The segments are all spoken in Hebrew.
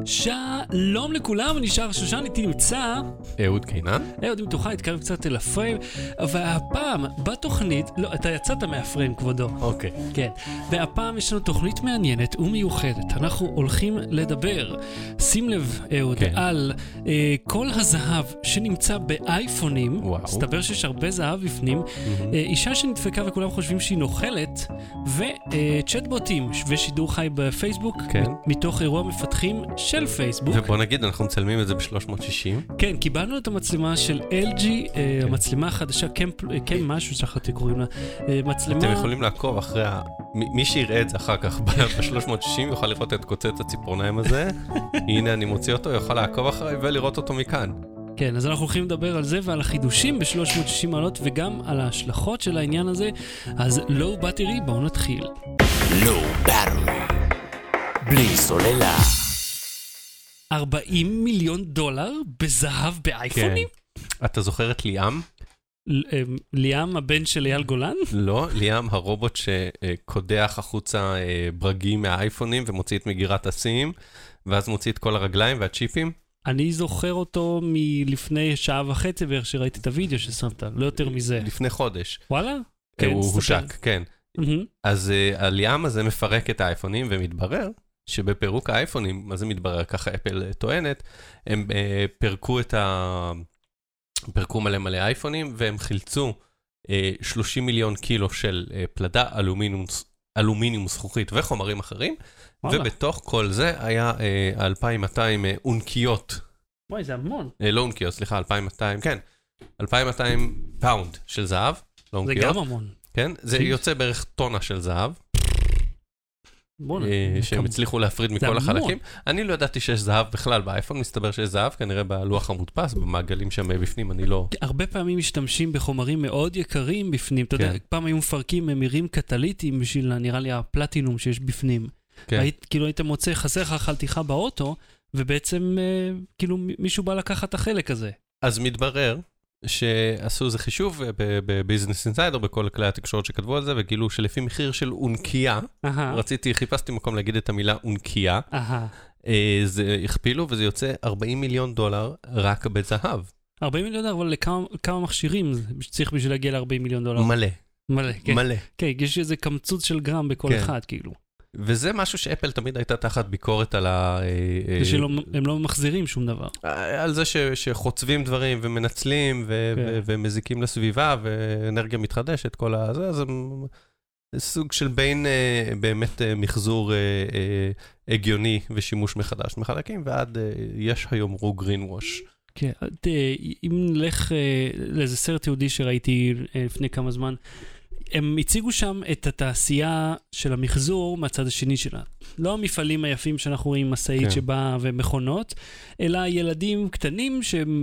שלום לכולם, אני שר שושן, איתי נמצא אהוד קינן. אהוד, אם תוכל להתקרב קצת אל הפריים, והפעם בתוכנית, לא, אתה יצאת מהפריים כבודו. אוקיי. כן, והפעם יש לנו תוכנית מעניינת ומיוחדת. אנחנו הולכים לדבר, שים לב אהוד, כן. על כל הזהב שנמצא באייפונים. וואו. מסתבר שיש הרבה זהב בפנים. אישה שנדפקה וכולם חושבים שהיא נוחלת, וצ'טבוטים ושידור חי בפייסבוק, כן. מתוך אירוע מפתחים של פייסבוק. ובוא נגיד, אנחנו מצלמים את זה ב-360. כן, קיבלנו את המצלמה של LG, המצלמה החדשה, כן משהו שאחרתי קוראים לה, מצלמה... אתם יכולים לעקוב אחרי מי שיראה את זה אחר כך ב-360 יוכל לראות את קוצץ הציפורניים הזה. הנה אני מוציא אותו, יוכל לעקוב אחריי ולראות אותו מכאן. כן, אז אנחנו הולכים לדבר על זה ועל החידושים ב-360 מעלות וגם על ההשלכות של העניין הזה. אז לואו בטרי, בואו נתחיל. לואו בטרי, בלי סוללה. $40 מיליון בזהב באייפונים? כן. אתה זוכר את ליאם? ליאם, הבן של אייל גולן? לא, ליאם הרובוט שקודח החוצה ברגים מהאייפונים ומוציא את מגירת הסים, ואז מוציא את כל הרגליים והצ'יפים. אני זוכר אותו מלפני שעה וחצי בערך שראיתי את הוידאו ששמת, לא יותר מזה. לפני חודש. וואלה? כן, הוא הושק, כן. אז הליאם הזה מפרק את האייפונים, ומתברר שבפירוק האייפונים, מה זה מתברר? ככה אפל טוענת, הם פרקו מלא אייפונים, והם חילצו 30 מיליון קילו של פלדה, אלומיניום זכוכית וחומרים אחרים, ובתוך כל זה היה 2,200 אונקיות. וואי, זה המון. לא אונקיות, סליחה, 2,200, כן. 2,200 פאונד של זהב, לא אונקיות. זה גם המון. כן, זה יוצא בערך טונה של זהב. שהם הצליחו להפריד מכל החלקים. אני לא ידעתי שיש זהב בכלל באייפון, מסתבר שיש זהב, כנראה בלוח המודפס, במעגלים שם בפנים, אני לא... הרבה פעמים משתמשים בחומרים מאוד יקרים בפנים, אתה יודע, פעם היו מפרקים ממירים קטליטיים בשביל, נראה לי, הפלטינום שיש בפנים. כאילו היית מוצא חסר לך חלטיכה באוטו, ובעצם כאילו מישהו בא לקחת את החלק הזה. אז מתברר שעשו איזה חישוב בביזנס אינסיידר, בכל כלי התקשורת שכתבו על זה, וגילו שלפי מחיר של אונקיה, חיפשתי מקום להגיד את המילה אונקיה, זה הכפילו וזה יוצא $40 מיליון רק בזהב. 40 מיליון, אבל לכמה מכשירים צריך בשביל להגיע ל$40 מיליון? מלא. מלא, כן. מלא. כן, יש איזה קמצוץ של גרם בכל אחד, כאילו. וזה משהו שאפל תמיד הייתה תחת ביקורת על ה... זה שהם לא מחזירים שום דבר. על זה שחוצבים דברים ומנצלים ומזיקים לסביבה ואנרגיה מתחדשת, כל הזה, זה סוג של בין באמת מחזור הגיוני ושימוש מחדש מחלקים, ועד יש היום רו גרין ווש. כן, אם נלך לאיזה סרט יהודי שראיתי לפני כמה זמן, הם הציגו שם את התעשייה של המחזור מהצד השני שלה. לא המפעלים היפים שאנחנו רואים, מסעית שבאה ומכונות, אלא ילדים קטנים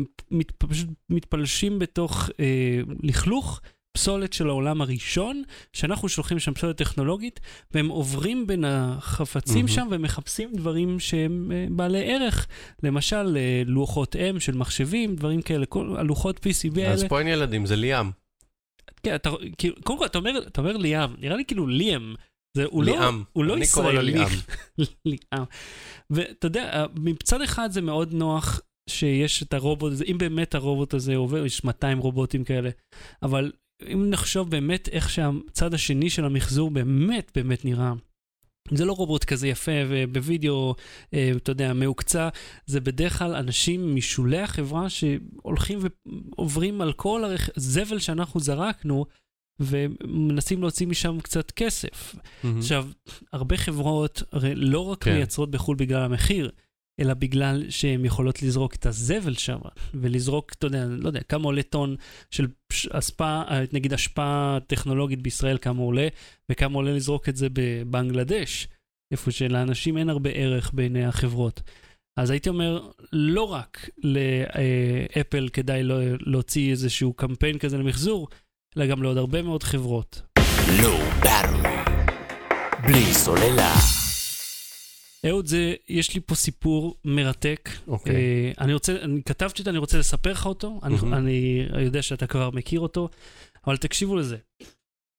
שמתפלשים בתוך לכלוך פסולת של העולם הראשון, שאנחנו שולחים שם פסולת טכנולוגית, והם עוברים בין החפצים שם ומחפשים דברים שהם בעלי ערך. למשל, לוחות M של מחשבים, דברים כאלה, כל הלוחות PCB האלה. אז פה אין ילדים, זה ליאם. כן, קודם כל, אתה אומר ליאם, נראה לי כאילו ליאם, ליאם, הוא לא אני קורא לו ישראלי. ליאם. ליאם. ואתה יודע, מצד אחד זה מאוד נוח שיש את הרובוט הזה, אם באמת הרובוט הזה עובר, יש 200 רובוטים כאלה, אבל אם נחשוב באמת איך שהצד השני של המחזור באמת באמת נראה, זה לא רובוט כזה יפה ובווידאו, אתה יודע, מעוקצה, זה בדרך כלל אנשים משולי החברה שהולכים ועוברים על כל הזבל שאנחנו זרקנו, ומנסים להוציא משם קצת כסף. עכשיו, הרבה חברות הרי לא רק מייצרות בחול בגלל המחיר, אלא בגלל שהן יכולות לזרוק את הזבל שם, ולזרוק, אתה יודע, לא יודע, כמה עולה טון של נגיד השפעה טכנולוגית בישראל, כמה עולה, וכמה עולה לזרוק את זה בבנגלדש, איפה שלאנשים אין הרבה ערך בעיני החברות. אז הייתי אומר, לא רק לאפל כדאי להוציא איזשהו קמפיין כזה למחזור, אלא גם לעוד הרבה מאוד חברות. לואו בטרי, בלי סוללה. אהוד, יש לי פה סיפור מרתק. אני כתבתי אותו, אני רוצה לספר לך אותו. אני יודע שאתה כבר מכיר אותו, אבל תקשיבו לזה.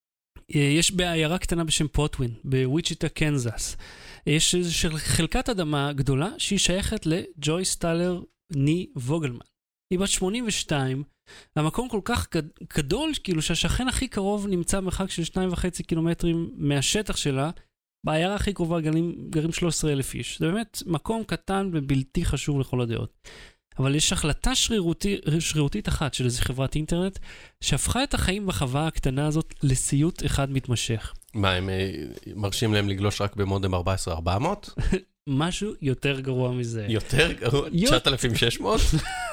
יש בעיירה קטנה בשם פוטווין, בוויצ'יטה, קנזס. יש חלקת אדמה גדולה שהיא שייכת לג'ויס טלר ני ווגלמן. היא בת 82, המקום כל כך גדול, כאילו שהשכן הכי קרוב נמצא מרחק של 2.5 קילומטרים מהשטח שלה, בעיירה הכי קרובה גרים 13,000 איש. זה באמת מקום קטן ובלתי חשוב לכל הדעות. אבל יש החלטה שרירותית אחת של איזו חברת אינטרנט, שהפכה את החיים בחווה הקטנה הזאת לסיוט אחד מתמשך. מה, הם מרשים להם לגלוש רק במודם 14,400? משהו יותר גרוע מזה. יותר גרוע? 9,600?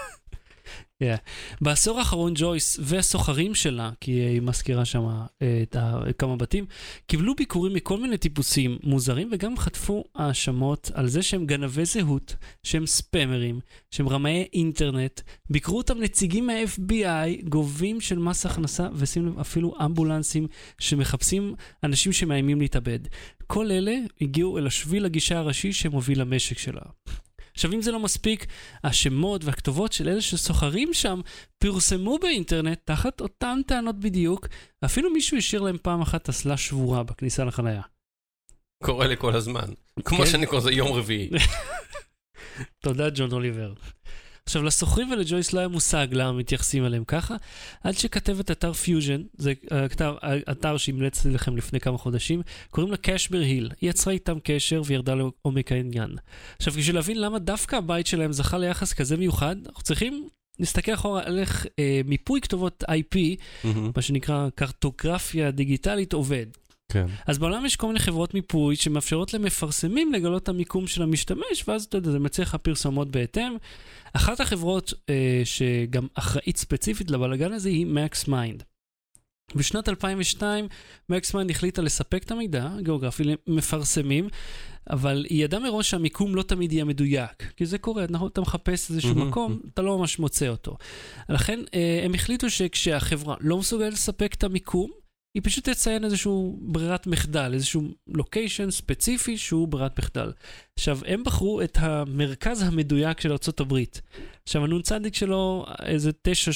בעשור האחרון ג'ויס והסוחרים שלה, כי היא מזכירה שם כמה בתים, קיבלו ביקורים מכל מיני טיפוסים מוזרים, וגם חטפו האשמות על זה שהם גנבי זהות, שהם ספמרים, שהם רמאי אינטרנט, ביקרו אותם נציגים מה-FBI, גובים של מס הכנסה, ושים לב אפילו אמבולנסים שמחפשים אנשים שמאיימים להתאבד. כל אלה הגיעו אל השביל הגישה הראשי שמוביל למשק שלה. עכשיו, אם זה לא מספיק, השמות והכתובות של אלה שסוחרים שם פרסמו באינטרנט תחת אותן טענות בדיוק, אפילו מישהו השאיר להם פעם אחת אסלה שבורה בכניסה לחניה. קורה לי כל הזמן. כמו שאני קורא זה יום רביעי. תודה, ג'ון אוליבר. עכשיו, לסוחרים ולג'ויס לא היה מושג למה מתייחסים אליהם ככה, עד שכתבת אתר פיוז'ן, זה אתר שהמלצתי לכם לפני כמה חודשים, קוראים לה קשבר היל. היא יצרה איתם קשר וירדה לעומק העניין. עכשיו, בשביל להבין למה דווקא הבית שלהם זכה ליחס כזה מיוחד, אנחנו צריכים נסתכל אחורה על איך מיפוי כתובות IP, מה שנקרא קרטוגרפיה דיגיטלית, עובד. כן. אז בעולם יש כל מיני חברות מיפוי שמאפשרות למפרסמים לגלות את המיקום של המשתמש, ואז אתה יודע, זה מציע לך פרסומות בהתאם. אחת החברות שגם אחראית ספציפית לבלגן הזה היא MaxMind. בשנת 2002, MaxMind החליטה לספק את המידע הגיאוגרפי למפרסמים, אבל היא ידעה מראש שהמיקום לא תמיד יהיה מדויק, כי זה קורה, אתה מחפש איזשהו מקום, אתה לא ממש מוצא אותו. לכן הם החליטו שכשהחברה לא מסוגלת לספק את המיקום, היא פשוט תציין איזשהו ברירת מחדל, איזשהו לוקיישן ספציפי שהוא ברירת מחדל. עכשיו, הם בחרו את המרכז המדויק של ארצות הברית. עכשיו, הנון צדיק שלו איזה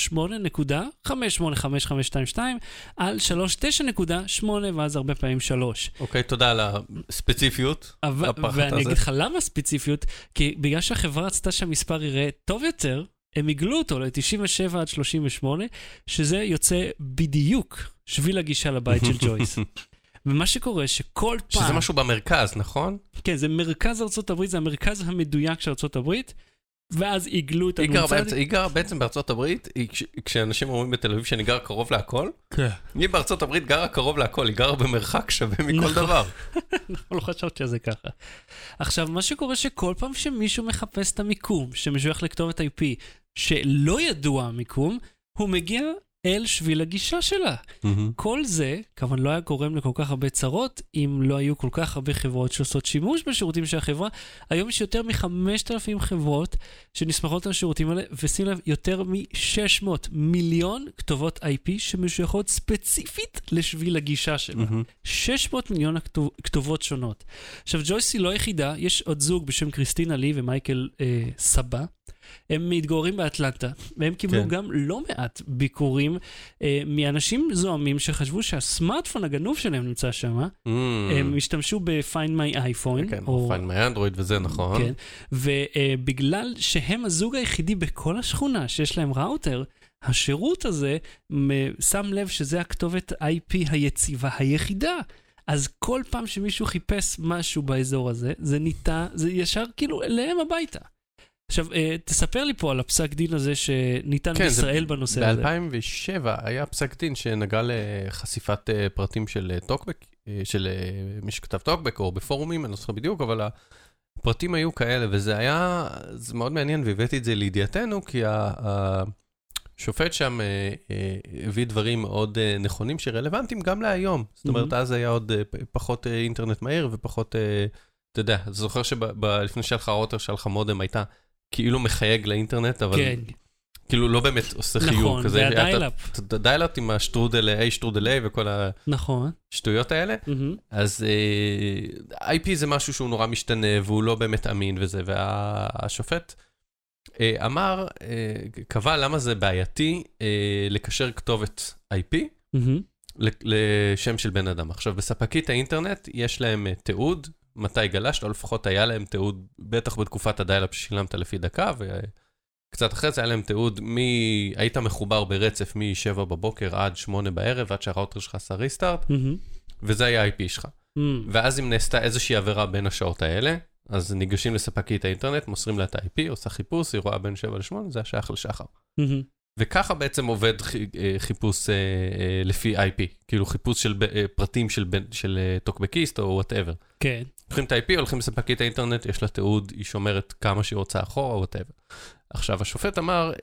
98.585522 על 39.8 ואז הרבה פעמים 3. אוקיי, תודה על הספציפיות. ואני אגיד לך למה ספציפיות, כי בגלל שהחברה רצתה שהמספר יראה טוב יותר, הם הגלו אותו ל-97 עד 38, שזה יוצא בדיוק שביל הגישה לבית של ג'ויס. ומה שקורה שכל פעם... שזה משהו במרכז, נכון? כן, זה מרכז ארצות הברית, זה המרכז המדויק של ארצות הברית, ואז עיגלו את הנוצד. היא גרה בעצם בארצות הברית, כשאנשים אומרים בתל אביב שאני גר קרוב להכל, היא בארצות הברית גרה קרוב להכל, היא גרה במרחק שווה מכל דבר. לא חשבת שזה ככה. עכשיו, מה שקורה שכל פעם שמישהו מחפש את המיקום, שמשוייך לכתובת IP, שלא ידוע המיקום, הוא מגיע אל שביל הגישה שלה. כל זה, כמובן לא היה גורם לכל כך הרבה צרות, אם לא היו כל כך הרבה חברות שעושות שימוש בשירותים של החברה. היום יש יותר מ-5,000 חברות שנסמכות על השירותים האלה, ושים לב, יותר מ-600 מיליון כתובות IP שמשויכות ספציפית לשביל הגישה שלה. 600 מיליון כתובות שונות. עכשיו, ג'ויס היא לא יחידה, יש עוד זוג בשם קריסטינה לי ומייקל סבא, הם מתגוררים באטלנטה, והם קיבלו גם לא מעט ביקורים מאנשים זוהמים שחשבו שהסמארטפון הגנוב שלהם נמצא שם, הם השתמשו ב-Find My iPhone. כן, או Find My Android וזה נכון. כן, ובגלל שהם הזוג היחידי בכל השכונה שיש להם ראוטר, השירות הזה שם לב שזה הכתובת IP היציבה היחידה. אז כל פעם שמישהו חיפש משהו באזור הזה, זה ישר כאילו אליהם הביתה. עכשיו, תספר לי פה על הפסק דין הזה שניתן בישראל בנושא הזה. ב-2007 היה פסק דין שנגע לחשיפת פרטים של טוקבק, של מי שכתב טוקבק או בפורומים, אני לא זוכר בדיוק, אבל הפרטים היו כאלה, וזה היה, זה מאוד מעניין, והבאתי את זה לידיעתנו, כי השופט שם הביא דברים מאוד נכונים שרלוונטיים גם להיום. זאת אומרת, אז היה עוד פחות אינטרנט מהיר ופחות, אתה יודע, אתה זוכר שלפני שלך ראוטר שלך מודם הייתה כאילו מחייג לאינטרנט, אבל כאילו לא באמת עושה חיוג. נכון, זה הדיילאפ. הדיילאפ עם השטרודל A, שטרודל A וכל השטויות האלה. אז IP זה משהו שהוא נורא משתנה, והוא לא באמת אמין וזה, והשופט אמר, קבע למה זה בעייתי לקשר כתובת IP לשם של בן אדם. עכשיו, בספקית האינטרנט יש להם תיעוד, מתי גלשת, או לפחות היה להם תיעוד, בטח בתקופת הדייל-אפ ששילמת לפי דקה, וקצת אחרי זה היה להם תיעוד, היית מחובר ברצף מ-7 בבוקר עד 8 בערב, עד שהראוטר שלך עשה ריסטארט, וזה היה ה-IP שלך. ואז אם נעשתה איזושהי עבירה בין השעות האלה, אז ניגשים לספקית האינטרנט, מוסרים לה את ה-IP, עושה חיפוש, היא רואה בין 7 ל-8, זה היה שייך לשחר. וככה בעצם עובד חיפוש לפי IP, כאילו חיפוש של פרטים של טוקבקיסט או whatever. כן. הולכים את ה-IP, הולכים לספקית האינטרנט, יש לה תיעוד, היא שומרת כמה שהיא רוצה אחורה או whatever. עכשיו, השופט אמר,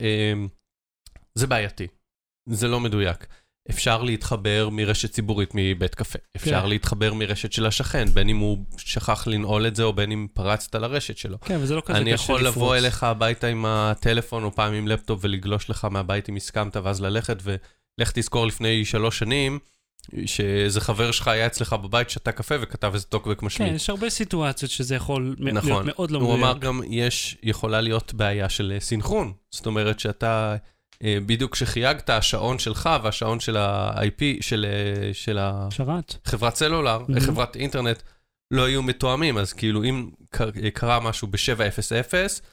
זה בעייתי, זה לא מדויק. אפשר להתחבר מרשת ציבורית מבית קפה. אפשר להתחבר מרשת של השכן, בין אם הוא שכח לנעול את זה, או בין אם פרצת לרשת שלו. כן, וזה לא כזה קשה אני יכול לבוא אליך הביתה עם הטלפון, או פעם עם לפטופ, ולגלוש לך מהבית אם הסכמת, ואז ללכת, ולך תזכור לפני 3 שנים, שאיזה חבר שלך היה אצלך בבית, שתה קפה, וכתב איזה טוקבק משמיד. כן, יש הרבה סיטואציות שזה יכול להיות מאוד לא מדויק. הוא אמר גם, יכולה להיות בעיה של סינכרון. זאת אומרת שאתה בדיוק כשחייגת, השעון שלך והשעון של ה-IP, של חברת סלולר, חברת אינטרנט, לא היו מתואמים. אז כאילו, אם קרה משהו ב-7:00,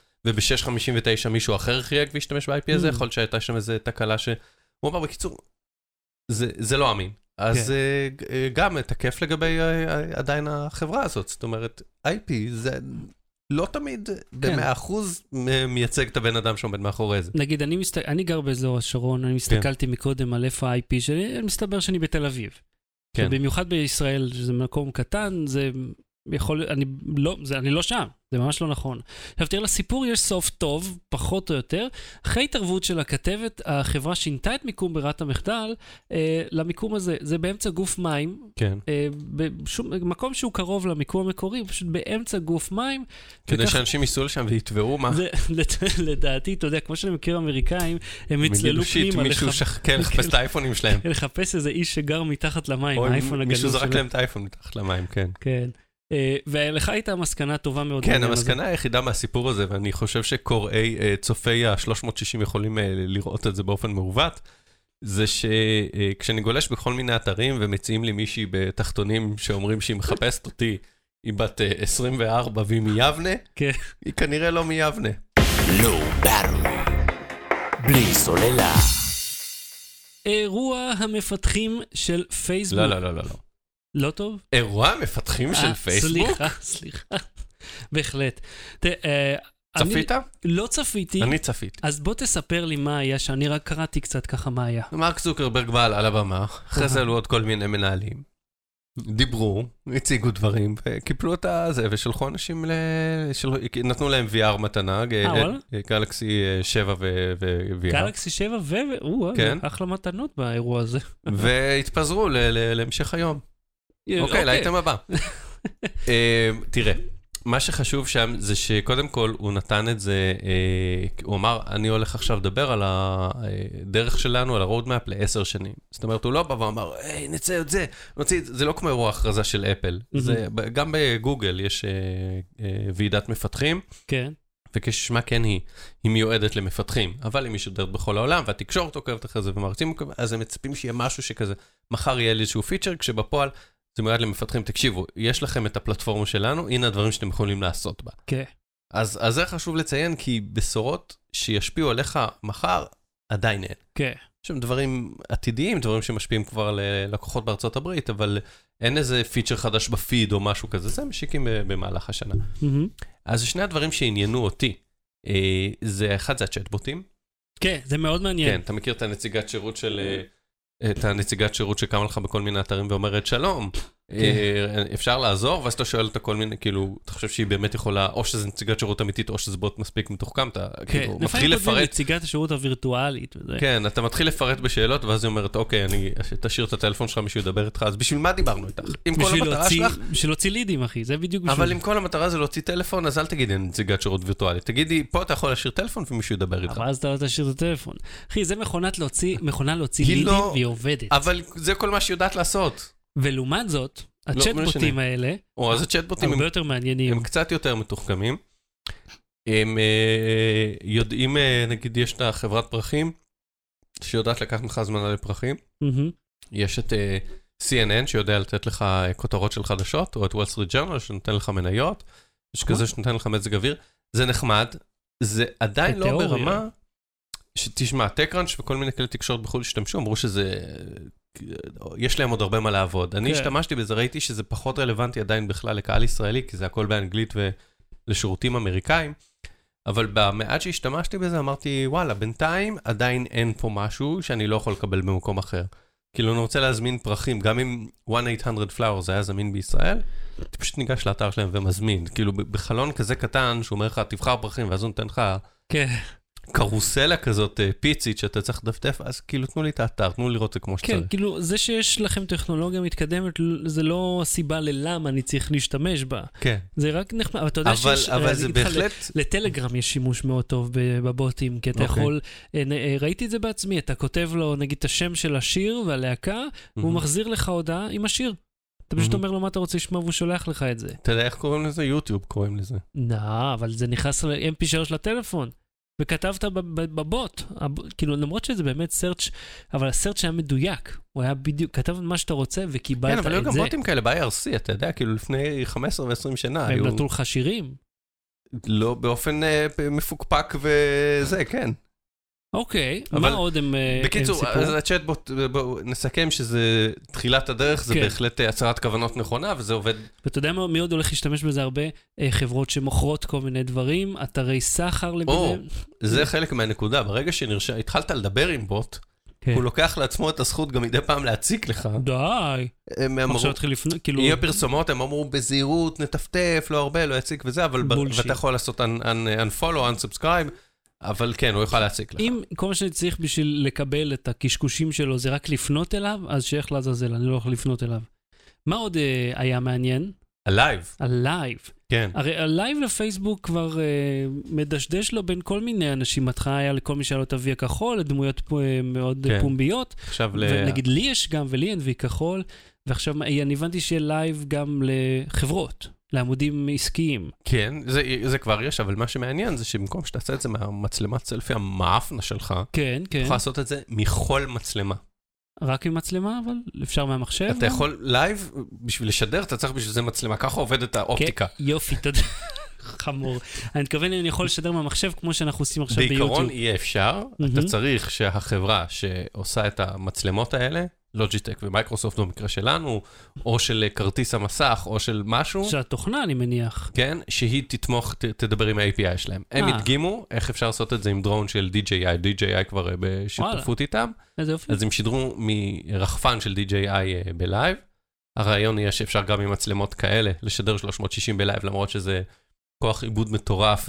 וב-6:59 מישהו אחר חייג והשתמש ב-IP הזה, יכול שהייתה שם איזו תקלה הוא אמר, בקיצור, זה לא אמין. אז גם תקף לגבי עדיין החברה הזאת. זאת אומרת, IP זה לא תמיד ב100% מייצג את הבן אדם שעומד מאחורי זה. נגיד, אני גר באזור השרון, אני מסתכלתי מקודם על איפה ה-IP שלי, מסתבר שאני בתל אביב. במיוחד בישראל, שזה מקום קטן, זה יכול, אני לא שם, זה ממש לא נכון. עכשיו תראה, לסיפור יש סוף טוב, פחות או יותר. אחרי התערבות של הכתבת, החברה שינתה את מיקום ברירת המחדל, למיקום הזה, זה באמצע גוף מים, כן. מקום שהוא קרוב למיקום המקורי, פשוט באמצע גוף מים. כדי שאנשים ייסעו לשם ויתבעו מה? לדעתי, אתה יודע, כמו שאני מכיר אמריקאים, הם יצללו פנימה. כן, לחפש את האייפונים שלהם. לחפש איזה איש שגר מתחת למים, האייפון הגדול. מישהו זרק להם את האייפון מתחת למים, כן. כן. ולך הייתה מסקנה טובה מאוד. כן, המסקנה היחידה מהסיפור הזה, ואני חושב שקוראי צופי ה-360 יכולים לראות את זה באופן מעוות, זה שכשאני גולש בכל מיני אתרים ומציעים לי מישהי בתחתונים שאומרים שהיא מחפשת אותי, היא בת 24 והיא מיבנה, היא כנראה לא מיבנה. לא battery. בלי סוללה. אירוע המפתחים של פייסבוק. לא. לא טוב? אירוע המפתחים של פייסבוק? סליחה. בהחלט. צפית? לא צפיתי. אני צפיתי. אז בוא תספר לי מה היה, שאני רק קראתי קצת ככה מה היה. מרק צוקרברג בא על הבמה, אחרי זה עלו עוד כל מיני מנהלים. דיברו, הציגו דברים, וקיפלו את זה, ושלחו אנשים, נתנו להם VR מתנה, גלקסי 7 ו-VR. גלקסי 7 אחלה מתנות באירוע הזה. והתפזרו להמשך היום. אוקיי, לאייטם הבא. תראה, מה שחשוב שם זה שקודם כל הוא נתן את זה, הוא אמר, אני הולך עכשיו לדבר על הדרך שלנו, על הרודמאפ ל10 שנים. זאת אומרת, הוא לא בא ואמר, נצא את זה, זה לא כמו אירוע הכרזה של אפל. גם בגוגל יש ועידת מפתחים. כן. וכשמה כן היא מיועדת למפתחים, אבל היא משודרת בכל העולם, והתקשורת עוקבת אחרי זה ומרצים, אז הם מצפים שיהיה משהו שכזה, מחר יהיה איזשהו פיצ'ר, כשבפועל זה מיועד למפתחים, תקשיבו, יש לכם את הפלטפורמה שלנו, הנה הדברים שאתם יכולים לעשות בה. כן. אז זה חשוב לציין, כי בשורות שישפיעו עליך מחר, עדיין אין. כן. יש שם דברים עתידיים, דברים שמשפיעים כבר על לקוחות בארצות הברית, אבל אין איזה פיצ'ר חדש בפיד או משהו כזה, זה משיקים במהלך השנה. אז שני הדברים שעניינו אותי, אחד זה הצ'טבוטים. כן, זה מאוד מעניין. כן, אתה מכיר את הנציגת שירות שקמה לך בכל מיני אתרים ואומרת, שלום, אפשר לעזור, ואז אתה שואל אותה כל מיני, כאילו, אתה חושב שהיא באמת יכולה, או שזה נציגת שירות אמיתית, או שזה בוט מספיק מתוחכם, אתה כאילו מתחיל לפרט. נציגת השירות הווירטואלית. כן, אתה מתחיל לפרט בשאלות, ואז היא אומרת, אוקיי, תשאיר את הטלפון שלך, מישהו ידבר איתך, אז בשביל מה דיברנו איתך? בשביל להוציא לידים, אחי, זה בדיוק בשביל. אבל אם כל המטרה זה להוציא טלפון, אז אל תגידי נציגת שירות וירטואלית. תגידי, פה אתה יכול להשאיר טלפון ומישהו ידבר איתך. אבל אז אתה לא תשאיר את הטלפון. אחי, זה מכונה להוציא לידים והיא עובדת. אבל זה כל מה שהיא יודעת לעשות. ולעומת זאת, הצ'טבוטים האלה, אז הצ'טבוטים הרבה יותר מעניינים. הם קצת יותר מתוחכמים. הם יודעים, נגיד, יש את החברת פרחים, שיודעת לקחת לך זמנה לפרחים, יש את CNN שיודע לתת לך כותרות של חדשות, או את Wall Street Journal שנותן לך מניות, יש כזה שנותן לך מזג אוויר, זה נחמד, זה עדיין לא ברמה, שתשמע, TechCrunch וכל מיני כאלה תקשורת בחו"ל השתמשו, אמרו שזה, יש להם עוד הרבה מה לעבוד. אני השתמשתי בזה, ראיתי שזה פחות רלוונטי עדיין בכלל לקהל ישראלי, כי זה הכל באנגלית ולשירותים אמריקאים, אבל במעט שהשתמשתי בזה אמרתי, וואלה, בינתיים עדיין אין פה משהו שאני לא יכול לקבל במקום אחר. כאילו אני רוצה להזמין פרחים, גם אם 1-800-Flowers זה היה זמין בישראל, אתה פשוט ניגש לאתר שלהם ומזמין. כאילו בחלון כזה קטן, שהוא אומר לך, תבחר פרחים, ואז הוא נותן לך קרוסלה כזאת פיצית שאתה צריך לדפדף, אז כאילו תנו לי את האתר, תנו לראות זה כמו שצריך. כן, כאילו זה שיש לכם טכנולוגיה מתקדמת, זה לא סיבה ללמה אני צריך להשתמש בה. כן. זה רק נחמד, אבל אתה יודע שיש, אבל זה בהחלט... לטלגרם יש שימוש מאוד טוב בבוטים, כי אתה יכול, ראיתי את זה בעצמי, אתה כותב לו נגיד את השם של השיר והלהקה, והוא מחזיר לך הודעה עם השיר. אתה פשוט אומר לו מה אתה רוצה לשמוע והוא שולח לך את זה. אתה יודע איך קוראים לזה? יוטיוב קוראים לזה. אבל זה נכנס ל-MP3 לטלפון. וכתבת בבוט, כאילו למרות שזה באמת סרצ', אבל הסרצ' היה מדויק, הוא היה בדיוק, כתב מה שאתה רוצה וקיבלת את זה. כן, אבל היו גם בוטים כאלה ב-IRC, אתה יודע, כאילו לפני 15 ו-20 שנה. והם נתנו לך שירים? לא, באופן מפוקפק וזה, כן. אוקיי, מה עוד הם סיפור? בקיצור, אז הצ'אטבוט, נסכם שזה תחילת הדרך, זה בהחלט הצהרת כוונות נכונה, וזה עובד. ואתה יודע מי עוד הולך להשתמש בזה הרבה? חברות שמוכרות כל מיני דברים, אתרי סחר לביניהם. זה חלק מהנקודה, ברגע שהתחלת לדבר עם בוט, הוא לוקח לעצמו את הזכות גם מדי פעם להציק לך. די. עכשיו התחיל לפנות, כאילו... יהיה פרסומות, הם אמרו בזהירות, נטפטף, לא הרבה, לא יציק וזה, אבל ואתה יכול לעשות unfollow, unsubscribe, אבל כן, הוא יוכל להציק לך. אם כל מה שאני צריך בשביל לקבל את הקשקושים שלו, זה רק לפנות אליו, אז שייך לעזאזל, אני לא יכול לפנות אליו. מה עוד היה מעניין? הלייב. הלייב. כן. הרי הלייב לפייסבוק כבר מדשדש לו בין כל מיני אנשים. התחלה היה לכל מי שהיה לו את וי הכחול, לדמויות מאוד פומביות. ונגיד לי יש גם, ולי אין וי כחול, ועכשיו אני הבנתי שיהיה לייב גם לחברות. לעמודים עסקיים. כן, זה כבר יש, אבל מה שמעניין זה שבמקום שתעשה את זה מהמצלמת סלפי המאפנה שלך, כן. אתה יכול לעשות את זה מכל מצלמה. רק עם מצלמה, אבל אפשר מהמחשב? אתה יכול לייב, בשביל לשדר, אתה צריך בשביל זה מצלמה, ככה עובדת האופטיקה. יופי, תודה. חמור. אני מתכוון אם אני יכול לשדר מהמחשב, כמו שאנחנו עושים עכשיו ביוטיוב. בעיקרון יהיה אפשר, אתה צריך שהחברה שעושה את המצלמות האלה, לוג'יטק ומייקרוסופט במקרה שלנו, או של כרטיס המסך, או של משהו. של התוכנה, אני מניח. כן, שהיא תתמוך, תדבר עם ה-API שלהם. הם הדגימו איך אפשר לעשות את זה עם דרון של DJI. DJI כבר בשותפות איתם. איזה יופי. אז הם שידרו מרחפן של DJI בלייב. הרעיון יהיה שאפשר גם עם מצלמות כאלה לשדר 360 בלייב, למרות שזה כוח עיבוד מטורף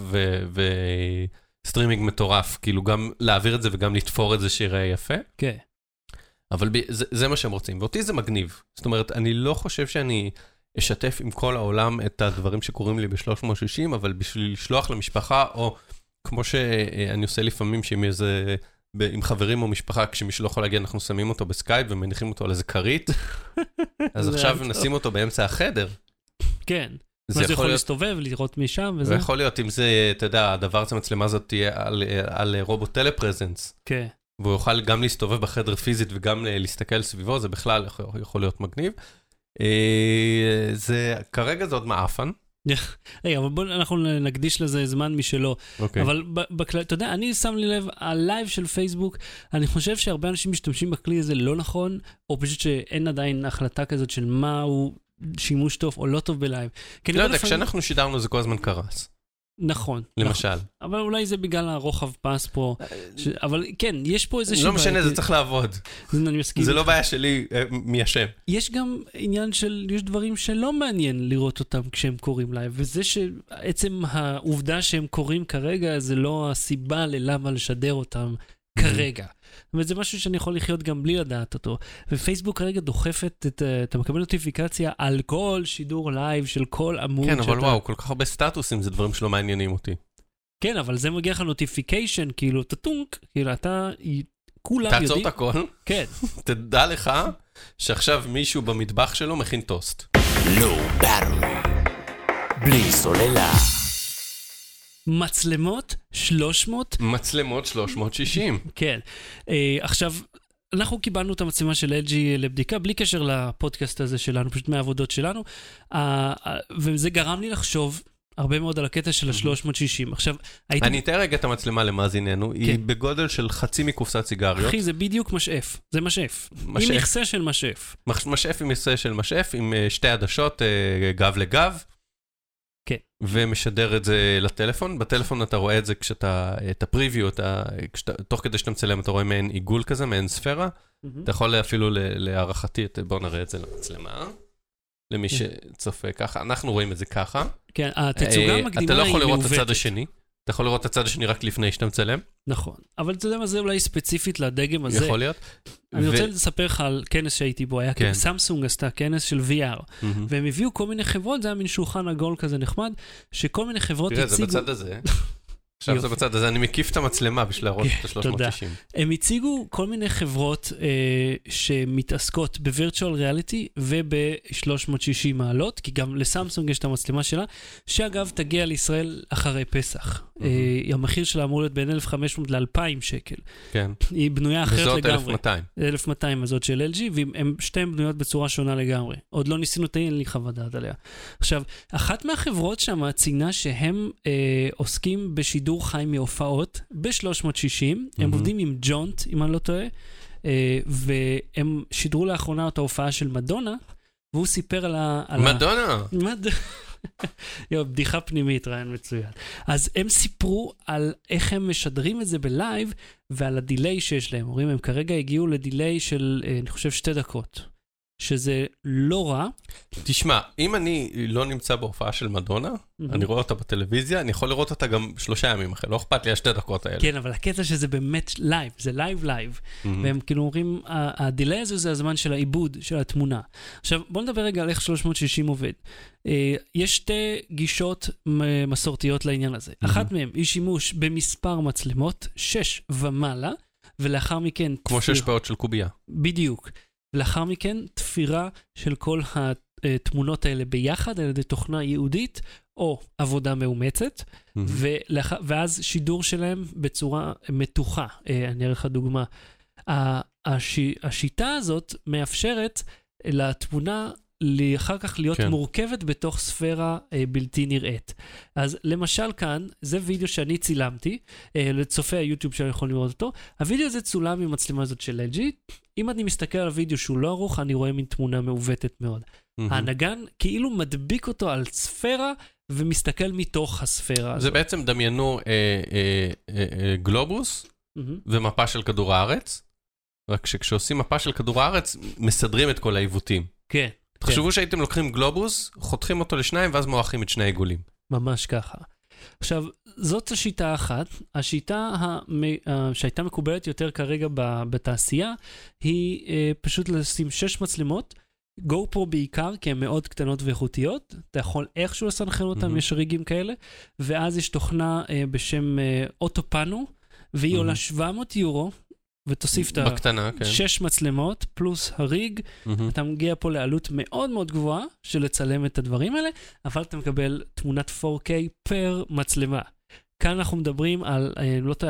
וסטרימינג מטורף. כאילו גם להעביר את זה וגם לתפור את זה שיראה יפה. כן. אבל זה מה שהם רוצים, ואותי זה מגניב. זאת אומרת, אני לא חושב שאני אשתף עם כל העולם את הדברים שקורים לי ב-360, אבל בשביל לשלוח למשפחה, או כמו שאני עושה לפעמים, עם חברים או משפחה, כשמישהו לא יכול להגיע, אנחנו שמים אותו בסקייפ ומניחים אותו על איזה קרית, אז עכשיו נשים אותו באמצע החדר. כן. זה יכול להסתובב, לראות משם וזה. זה יכול להיות, אם זה, אתה יודע, הדבר הזה מצלמה הזאת תהיה על רובוט טלפרזנס. כן. והוא יוכל גם להסתובב בחדר פיזית וגם להסתכל סביבו, זה בכלל יכול להיות מגניב. כרגע זה עוד מאפן. רגע, אבל בואו אנחנו נקדיש לזה זמן משלו. אבל אתה יודע, אני שם לי לב, הלייב של פייסבוק, אני חושב שהרבה אנשים משתמשים בכלי הזה לא נכון, או פשוט שאין עדיין החלטה כזאת של מה הוא שימוש טוב או לא טוב בלייב. לא יודע, כשאנחנו שידרנו זה כל הזמן קרס. נכון. למשל. אבל אולי זה בגלל הרוחב פס פה. אבל כן, יש פה איזה... לא משנה, זה צריך לעבוד. זה לא בעיה שלי מי השם. יש גם עניין של, יש דברים שלא מעניין לראות אותם כשהם קוראים לייב, וזה שעצם העובדה שהם קוראים כרגע, זה לא הסיבה ללמה לשדר אותם כרגע. וזה משהו שאני יכול לחיות גם בלי לדעת אותו. ופייסבוק כרגע דוחפת, אתה מקבל נוטיפיקציה על כל שידור לייב של כל עמוד. כן, אבל וואו, כל כך הרבה סטטוסים, זה דברים שלא מעניינים אותי. כן, אבל זה מגיע לך נוטיפיקיישן, כאילו, טטונק, כאילו, אתה, כולם יודעים. תעצור את הכל. כן. תדע לך שעכשיו מישהו במטבח שלו מכין טוסט. Low Battery. בלי סוללה. מצלמות 300? מצלמות 360. כן. עכשיו, אנחנו קיבלנו את המצלמה של LG לבדיקה, בלי קשר לפודקאסט הזה שלנו, פשוט מהעבודות שלנו, וזה גרם לי לחשוב הרבה מאוד על הקטע של ה-360. עכשיו, אני אתאר רגע את המצלמה למאזיננו, היא בגודל של חצי מקופסת סיגריות. אחי, זה בדיוק משאף, זה משאף. עם מכסה של משאף. משאף עם מכסה של משאף, עם שתי עדשות, גב לגב. כן. ומשדר את זה לטלפון. בטלפון אתה רואה את זה את הפריוויו, תוך כדי שאתה מצלם, אתה רואה מעין עיגול כזה, מעין ספירה. אתה יכול אפילו להערכתי, בואו נראה את זה למצלמה. למי שצופה ככה, אנחנו רואים את זה ככה. כן, התצוגה המקדימה היא מעוותת. אתה לא יכול לראות את הצד השני, אתה יכול לראות את הצד השני רק לפני שאתה מצלם. נכון, אבל אתה יודע מה זה אולי ספציפית לדגם הזה. יכול להיות. אני רוצה לספר לך על כנס שהייתי בו, היה סמסונג עשתה כנס של VR, והם הביאו כל מיני חברות, זה היה מין שולחן עגול כזה נחמד, שכל מיני חברות הציגו... תראה, זה בצד הזה. עכשיו זה בצד הזה, אני מקיף את המצלמה בשביל להראות את ה-360. הם הציגו כל מיני חברות שמתעסקות ב-Virtual Reality וב-360 מעלות, כי גם לסמסונג יש את המצלמה שלה, שאגב תגיע לישראל אחרי פסח. המחיר שלה אמור להיות בין 1,500 ל-2,000 שקל. כן. היא בנויה אחרת לגמרי. וזאת 1,200. 1,200 הזאת של LG, והן שתיהן בנויות בצורה שונה לגמרי. עוד לא ניסינו אין לי חוות דעת עליה. עכשיו, אחת מהחברות שם ציינה שהם עוסקים בשידור חי מהופעות ב-360, הם עובדים עם ג'ונט, אם אני לא טועה, והם שידרו לאחרונה את ההופעה של מדונה, והוא סיפר על מדונה? בדיחה פנימית, רעיון מצוין. אז הם סיפרו על איך הם משדרים את זה בלייב, ועל הדיליי שיש להם. אומרים, הם כרגע הגיעו לדיליי של, אני חושב, 2 דקות. שזה לא רע. תשמע, אם אני לא נמצא בהופעה של מדונה, אני רואה אותה בטלוויזיה, אני יכול לראות אותה גם 3 ימים אחרי, לא אכפת לי 2 דקות האלה. כן, אבל הקטע שזה באמת לייב, זה לייב. והם כאילו אומרים, הדיליי הזה זה הזמן של העיבוד, של התמונה. עכשיו, בוא נדבר רגע על איך 360 עובד. יש 2 גישות מסורתיות לעניין הזה. אחת מהן היא שימוש במספר מצלמות, 6 ומעלה, ולאחר מכן... כמו 6 פאות של קובייה. בדיוק. לאחר מכן, תפירה של כל התמונות האלה ביחד, על ידי תוכנה ייעודית, או עבודה מאומצת, ואז שידור שלהם בצורה מתוחה. אני אראה לך דוגמה. השיטה הזאת מאפשרת לתמונה אחר כך להיות מורכבת בתוך ספירה בלתי נראית. אז למשל כאן, זה וידאו שאני צילמתי, לצופי היוטיוב שאני יכול לראות אותו. הוידאו הזה צולם עם מצלמה הזאת של LG. אם אני מסתכל על הוידאו שהוא לא ערוך, אני רואה מין תמונה מעוותת מאוד. הנגן כאילו מדביק אותו על ספירה, ומסתכל מתוך הספירה הזאת. זה בעצם דמיינו גלובוס, ומפה של כדור הארץ, רק שכשעושים מפה של כדור הארץ, מסדרים את כל העיוותים. כן. תחשבו שהייתם לוקחים גלובוס, חותכים אותו לשניים, ואז מועכים את 2 עיגולים. ממש ככה. עכשיו, זאת השיטה אחת. השיטה שהייתה מקובלת יותר כרגע בתעשייה, היא פשוט לשים 6 מצלמות, GoPro בעיקר, כי הן מאוד קטנות ואיכותיות, אתה יכול איכשהו לסנכרן אותם, יש ריגים כאלה, ואז יש תוכנה בשם אוטופאנו, והיא עולה 700 יורו, ותוסיף את 6 מצלמות, פלוס הריג, אתה מגיע פה לעלות מאוד מאוד גבוהה, של לצלם את הדברים האלה, אבל אתה מקבל תמונת 4K פר מצלמה. כאן אנחנו מדברים על, לא יודע,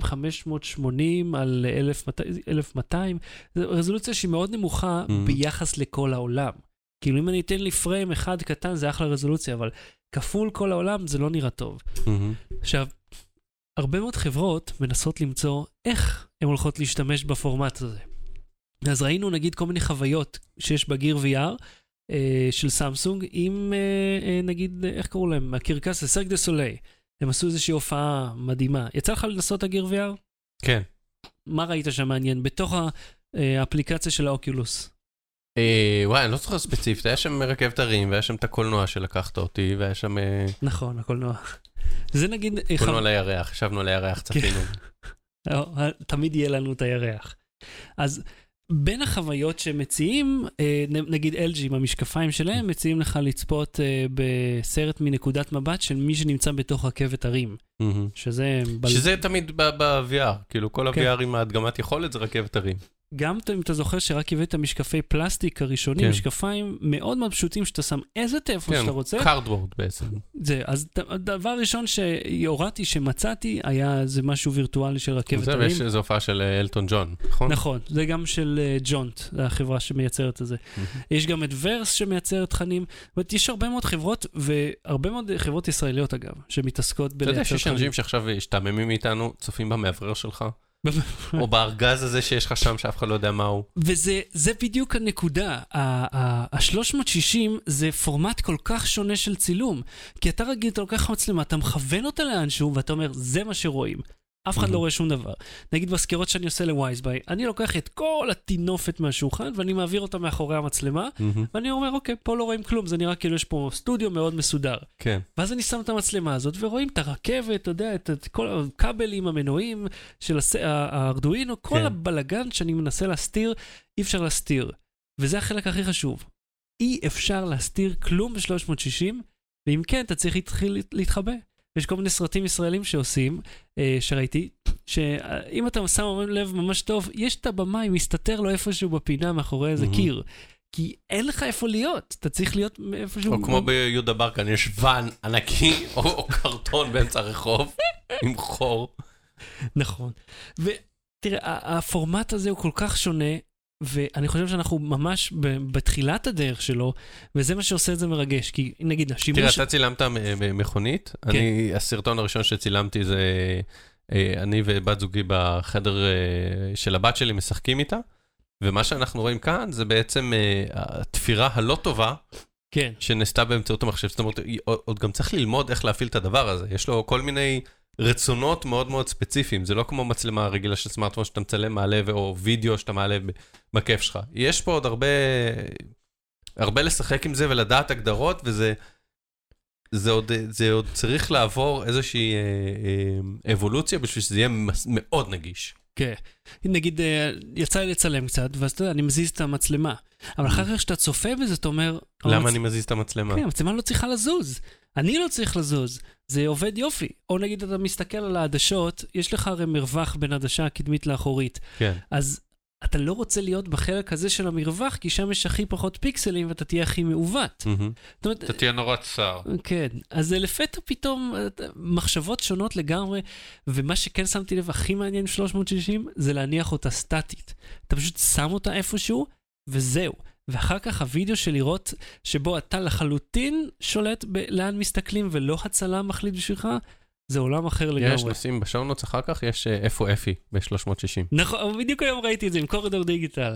2580, על 1200, זו רזולוציה שהיא מאוד נמוכה ביחס לכל העולם. כאילו אם אני אתן לי פריים אחד קטן, זה אחלה רזולוציה, אבל כפול כל העולם, זה לא נראה טוב. עכשיו, הרבה מאוד חברות מנסות למצוא איך הן הולכות להשתמש בפורמט הזה. אז ראינו נגיד כל מיני חוויות שיש בגיר VR של סמסונג, עם נגיד, איך קראו להם? הקרקס, סרק דה סולי. הם עשו איזושהי הופעה מדהימה. יצא לך לנסות הגיר VR? כן. מה ראית שם מעניין? בתוך האפליקציה של האוקיולוס. וואי, אני לא זוכר ספציפית. היה שם רכבת הרים, והיה שם את הקולנוע שלקחת אותי, והיה שם... נכון, הקולנוע. זה נגיד... קולנוע לירח, חשבנו על הירח, צפינו. תמיד יהיה לנו את הירח. אז בין החוויות שמציעים, נגיד LG עם המשקפיים שלהם, מציעים לך לצפות בסרט מנקודת מבט של מי שנמצא בתוך רכבת הרים. שזה תמיד ב-VR, כאילו כל ה-VR עם ההדגמת יכולת זה רכבת הרים. גם אם אתה זוכר שרק הבאת משקפי פלסטיק הראשונים, משקפיים מאוד מאוד פשוטים שאתה שם איזה טלפון שאתה רוצה. קארדבורד בעצם. אז הדבר הראשון שהורדתי, שמצאתי, היה זה משהו וירטואלי של רכבת הרים. ויש איזו הופעה של אלטון ג'ון, נכון? נכון, זה גם של ג'ונט, החברה שמייצרת את זה. יש גם את ורס שמייצרת תכנים, יש הרבה מאוד חברות, והרבה מאוד חברות ישראליות אגב, שמתעסקות אתה יודע שיש אנשים שעכשיו השתעממים מאיתנו, צופים במאוורר שלך? או בארגז הזה שיש לך שם שאף אחד לא יודע מהו. וזה בדיוק הנקודה. ה-360 זה פורמט כל כך שונה של צילום, כי אתה רגיל, אתה לוקח מצלמה, אתה מכוון אותה לאנשהו, ואתה אומר, זה מה שרואים. אף אחד לא רואה שום דבר. נגיד בסקירות שאני עושה לווייזביי, אני לוקח את כל התינופת מהשולחן, ואני מעביר אותה מאחורי המצלמה, ואני אומר, אוקיי, פה לא רואים כלום, זה נראה כאילו יש פה סטודיו מאוד מסודר. כן. ואז אני שם את המצלמה הזאת, ורואים את הרכבת, אתה יודע, את כל הכבלים, המנועים של הארדואינו, כל הבלגן שאני מנסה להסתיר, אי אפשר להסתיר. וזה החלק הכי חשוב. אי אפשר להסתיר כלום ב-360, ואם כן, אתה צריך להתחבא. יש כל מיני סרטים ישראלים שעושים, שראיתי, שאם אתה שם לב ממש טוב, יש את הבמאי, מסתתר לו איפשהו בפינה מאחורי איזה קיר. כי אין לך איפה להיות, אתה צריך להיות איפשהו... או כמו ביהודה ברקן, יש ואן ענקי, או קרטון באמצע הרחוב, עם חור. נכון. ותראה, הפורמט הזה הוא כל כך שונה, ואני חושב שאנחנו ממש בתחילת הדרך שלו, וזה מה שעושה את זה מרגש, כי נגיד השימוש... תראה, אתה צילמת מכונית, הסרטון הראשון שצילמתי זה, אני ובת זוגי בחדר של הבת שלי משחקים איתה, ומה שאנחנו רואים כאן זה בעצם התפירה הלא טובה, שנעשתה באמצעות המחשב, זאת אומרת, עוד גם צריך ללמוד איך להפעיל את הדבר הזה, יש לו כל מיני רצונות מאוד מאוד ספציפיים, זה לא כמו מצלמה רגילה של סמארטפון שאתה מצלם מעלה, או וידאו שאתה מעלה בכיף שלך. יש פה עוד הרבה לשחק עם זה ולדעת הגדרות, זה עוד צריך לעבור איזושהי אבולוציה, בשביל שזה יהיה מאוד נגיש. כן. נגיד, יצא לי לצלם קצת, ואז אתה יודע, אני מזיז את המצלמה. אבל אחר כך שאתה צופה בזה, אתה אומר... למה אני מזיז את המצלמה? כן, המצלמה לא צריכה לזוז. אני לא צריך לזוז. זה עובד יופי. או נגיד, אתה מסתכל על העדשות, יש לך הרי מרווח בין העדשה הקדמית לאחורית. כן. אז אתה לא רוצה להיות בחלק הזה של המרווח, כי שם יש הכי פחות פיקסלים, ואתה תהיה הכי מעוות. אתה תהיה נורא צר. כן. אז לפתע פתאום מחשבות שונות לגמרי, ומה שכן שמתי לב הכי מעניין 360, זה להניח אותה סטטית. אתה פשוט שם אותה איפשהו, וזהו. ואחר כך הוידאו של לראות שבו אתה לחלוטין שולט לאן מסתכלים, ולא הצלם מחליט בשבילך, זה עולם אחר לגמרי. יש נשים בשעונות אחר כך, יש איפה אפי ב-360. נכון, בדיוק היום ראיתי את זה עם קורידור דיגיטל.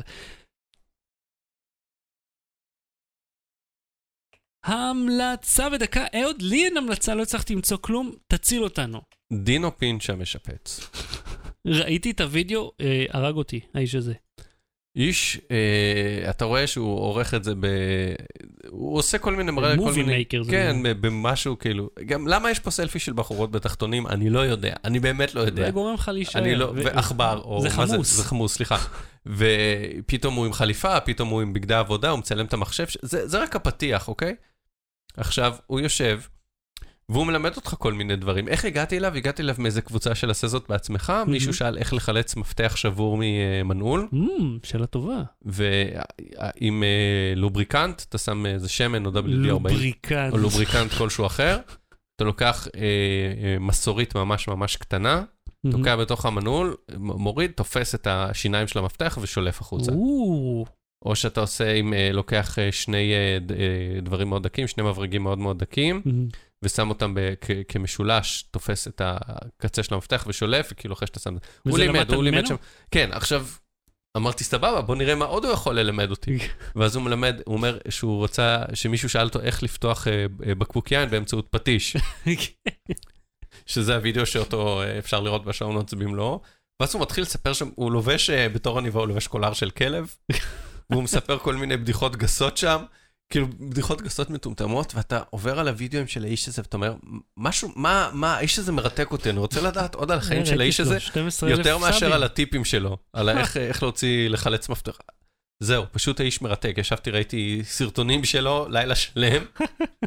המלצה בדקה, אהוד, לי אין המלצה, לא הצלחתי למצוא כלום, תציל אותנו. דינו פינצ'ה משפץ. ראיתי את הוידאו, הרג אותי, האיש הזה. איש, אתה רואה שהוא עורך את זה הוא עושה כל מיני מראה, מובי מייקר. כן, במשהו כאילו, גם למה יש פה סלפי של בחורות בתחתונים? אני לא יודע, אני באמת לא יודע. זה גורם לך להישאר. ואחבר, זה חמוס. זה חמוס, סליחה. ופתאום הוא עם חליפה, פתאום הוא עם בגדי עבודה, הוא מצלם את המחשב, זה רק הפתיח, אוקיי? עכשיו, הוא יושב, והוא מלמד אותך כל מיני דברים. איך הגעתי אליו? הגעתי אליו מאיזה קבוצה של עשה זאת בעצמך, מישהו שאל איך לחלץ מפתח שבור ממנעול. שאלה טובה. ועם לובריקנט, אתה שם איזה שמן או WD-40. לובריקנט. או לובריקנט כלשהו אחר. אתה לוקח מסורית ממש ממש קטנה, תוקע בתוך המנעול, מוריד, תופס את השיניים של המפתח ושולף החוצה. או שאתה עושה לוקח שני דברים מאוד דקים, שני מברגים מאוד מאוד דקים, ושם אותם כמשולש, תופס את הקצה של המפתח ושולף, וכאילו אחרי שאתה שם... הוא לימד שם... כן, עכשיו, אמרתי, סבבה, בוא נראה מה עוד הוא יכול ללמד אותי. ואז הוא מלמד, הוא אומר שהוא רוצה, שמישהו שאל אותו איך לפתוח בקבוק יין באמצעות פטיש. שזה הוידאו שאותו אפשר לראות בשעונות במלואו. ואז הוא מתחיל לספר שם, הוא לובש, בתור עניבה הוא לובש קולר של כלב, והוא מספר כל מיני בדיחות גסות שם, כאילו בדיחות גסות מטומטמות, ואתה עובר על הוידאוים של האיש הזה, ואתה אומר, משהו, מה, האיש הזה מרתק אותי, אני רוצה לדעת עוד על החיים של האיש הזה, יותר מאשר על הטיפים שלו, על איך להוציא, לחלץ מפתח. זהו, פשוט האיש מרתק, ישבתי, ראיתי סרטונים שלו, לילה שלם,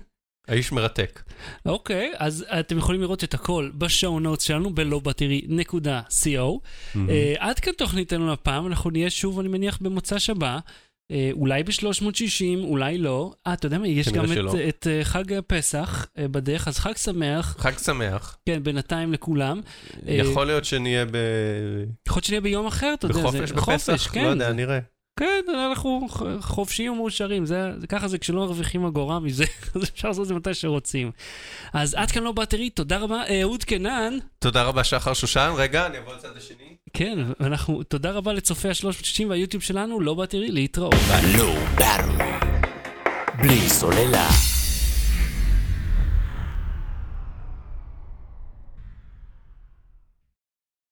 האיש מרתק. אוקיי, אז אתם יכולים לראות את הכל בשואו נוטס שלנו ב-lowbattery.co. עד כאן תוכניתנו הפעם, אנחנו נהיה שוב, אני מניח, במוצא שבה. אולי ב-360, אולי לא. אתה יודע מה, יש גם את חג הפסח בדרך, אז חג שמח. חג שמח. כן, בינתיים לכולם. יכול להיות שנהיה יכול להיות שנהיה ביום אחר, אתה יודע. בחופש בפסח? לא יודע, נראה. כן, אנחנו חופשיים ומאושרים, ככה זה כשלא מרוויחים אגורה מזה, אז אפשר לעשות את זה מתי שרוצים. אז עד כאן לא בטרי, תודה רבה, אהוד קנן. תודה רבה שחר שושן, רגע, אני אבוא לצד השני. כן, תודה רבה לצופי ה-360 והיוטיוב שלנו, לא בטרי, להתראות. לא בטרי, בלי סוללה.